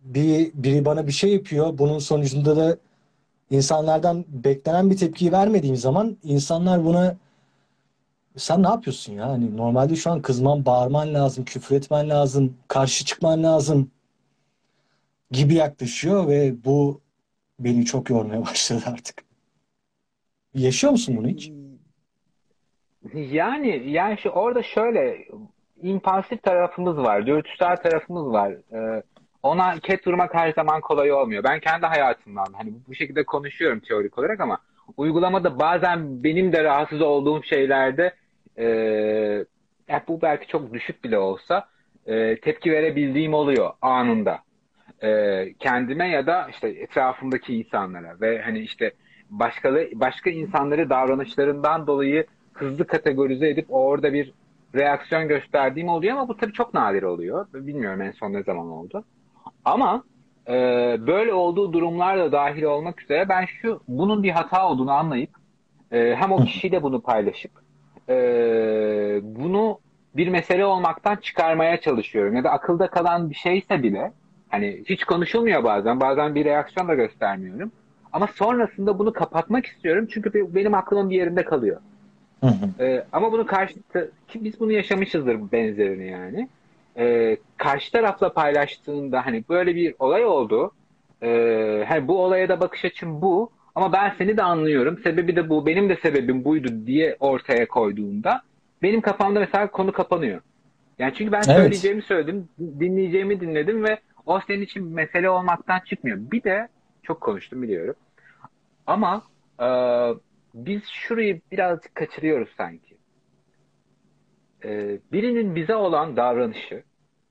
biri bana bir şey yapıyor. Bunun sonucunda da insanlardan beklenen bir tepkiyi vermediğim zaman insanlar buna sen ne yapıyorsun ya? Hani normalde şu an kızman, bağırman lazım, küfür etmen lazım, karşı çıkman lazım gibi yaklaşıyor ve bu beni çok yormaya başladı artık. Yaşıyor musun bunu hiç? Yani orada şöyle impulsif tarafımız var, dürtüsel tarafımız var. Ona ket vurmak her zaman kolay olmuyor. Ben kendi hayatımdan hani bu şekilde konuşuyorum teorik olarak ama uygulamada bazen benim de rahatsız olduğum şeylerde e, bu belki çok düşük bile olsa tepki verebildiğim oluyor anında. Kendime ya da işte etrafımdaki insanlara ve hani işte başka insanları davranışlarından dolayı hızlı kategorize edip orada bir reaksiyon gösterdiğim oluyor ama bu tabii çok nadir oluyor. Bilmiyorum en son ne zaman oldu. Ama e, böyle olduğu durumlar da dahil olmak üzere ben bunun bir hata olduğunu anlayıp hem o kişiyle bunu paylaşıp e, bunu bir mesele olmaktan çıkarmaya çalışıyorum. Ya da akılda kalan bir şeyse bile hani hiç konuşulmuyor bazen bir reaksiyon da göstermiyorum. Ama sonrasında bunu kapatmak istiyorum çünkü benim aklımın bir yerinde kalıyor. Hı hı. Ama bunu ki biz bunu yaşamışızdır benzerini yani. Karşı tarafla paylaştığında hani böyle bir olay oldu. Hani bu olaya da bakış açım bu. Ama ben seni de anlıyorum. Sebebi de bu. Benim de sebebim buydu diye ortaya koyduğunda benim kafamda mesela konu kapanıyor. Yani çünkü ben Evet. söyleyeceğimi söyledim, dinleyeceğimi dinledim ve o senin için mesele olmaktan çıkmıyor. Bir de çok konuştum biliyorum. Ama e, biz şurayı birazcık kaçırıyoruz sanki. Birinin bize olan davranışı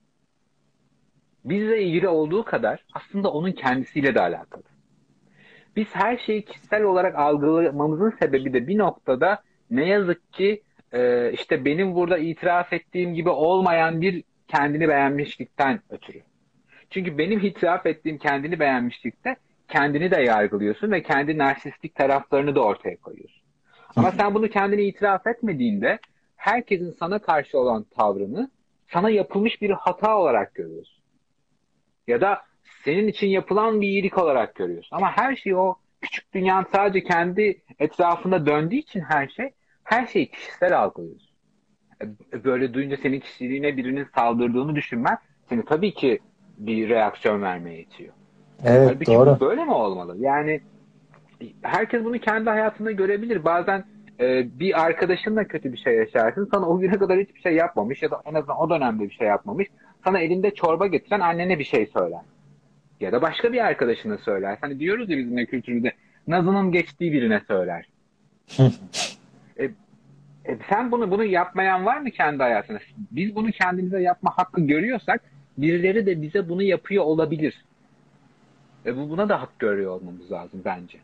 bizle ilgili olduğu kadar aslında onun kendisiyle de alakalı. Biz her şeyi kişisel olarak algılamamızın sebebi de bir noktada ne yazık ki işte benim burada itiraf ettiğim gibi olmayan bir kendini beğenmişlikten ötürü. Çünkü benim itiraf ettiğim kendini beğenmişlikte kendini de yargılıyorsun ve kendi narsistik taraflarını da ortaya koyuyorsun. Hı Ama hı. sen bunu kendine itiraf etmediğinde herkesin sana karşı olan tavrını sana yapılmış bir hata olarak görüyorsun. Ya da senin için yapılan bir iyilik olarak görüyorsun. Ama her şey o küçük dünyanın sadece kendi etrafında döndüğü için her şeyi kişisel algılıyorsun. Böyle duyunca senin kişiliğine birinin saldırdığını düşünmen seni tabii ki bir reaksiyon vermeye itiyor. Evet, Halbuki bu doğru. böyle mi olmalı? Yani herkes bunu kendi hayatında görebilir. Bazen bir arkadaşınla kötü bir şey yaşarsın. Sana o güne kadar hiçbir şey yapmamış ya da en azından o dönemde bir şey yapmamış. Sana elinde çorba getiren annene bir şey söyler. Ya da başka bir arkadaşına söyler. Hani diyoruz ya bizim de kültürümüzde nazının geçtiği birine söyler. E, Sen bunu yapmayan var mı kendi hayatında? Biz bunu kendimize yapma hakkı görüyorsak birileri de bize bunu yapıyor olabilir. Buna da hak görüyor olmamız lazım bence.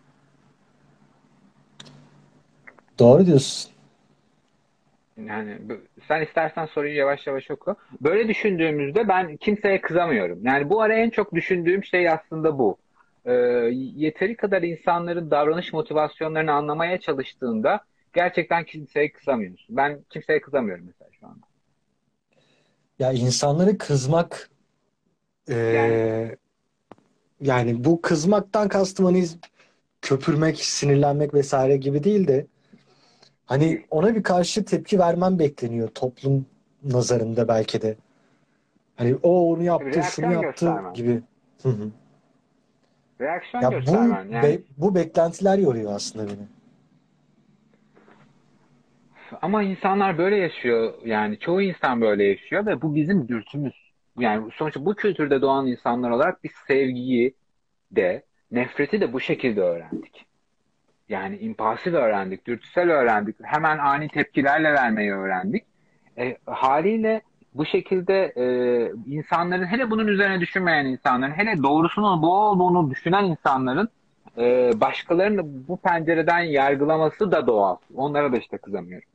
Doğru diyorsun. Yani sen istersen soruyu yavaş yavaş oku. Böyle düşündüğümüzde ben kimseye kızamıyorum. Yani bu ara en çok düşündüğüm şey aslında bu. Ee, Yeteri kadar insanların davranış motivasyonlarını anlamaya çalıştığında gerçekten kimseye kızamıyorsun. Ben kimseye kızamıyorum mesela şu anda. Ya insanları kızmak Yani yani bu kızmaktan kastım hani köpürmek, sinirlenmek vesaire gibi değil de hani değil. ona bir karşı tepki vermem bekleniyor toplum nazarında belki de. Hani o onu yaptı, şunu Reaksiyon yaptı göstermen. gibi. Hı hı. Reaksiyon Ya göstermen. Yani bu beklentiler yoruyor aslında beni. ama insanlar böyle yaşıyor. Yani çoğu insan böyle yaşıyor ve bu bizim dürtümüz. Yani sonuçta bu kültürde doğan insanlar olarak biz sevgiyi de nefreti de bu şekilde öğrendik. Yani impulsif öğrendik, dürtüsel öğrendik, hemen ani tepkilerle vermeyi öğrendik. Haliyle bu şekilde insanların, hele bunun üzerine düşünmeyen insanların, hele doğrusunun bu olduğunu düşünen insanların başkalarını bu pencereden yargılaması da doğal. Onlara da işte kızamıyorum.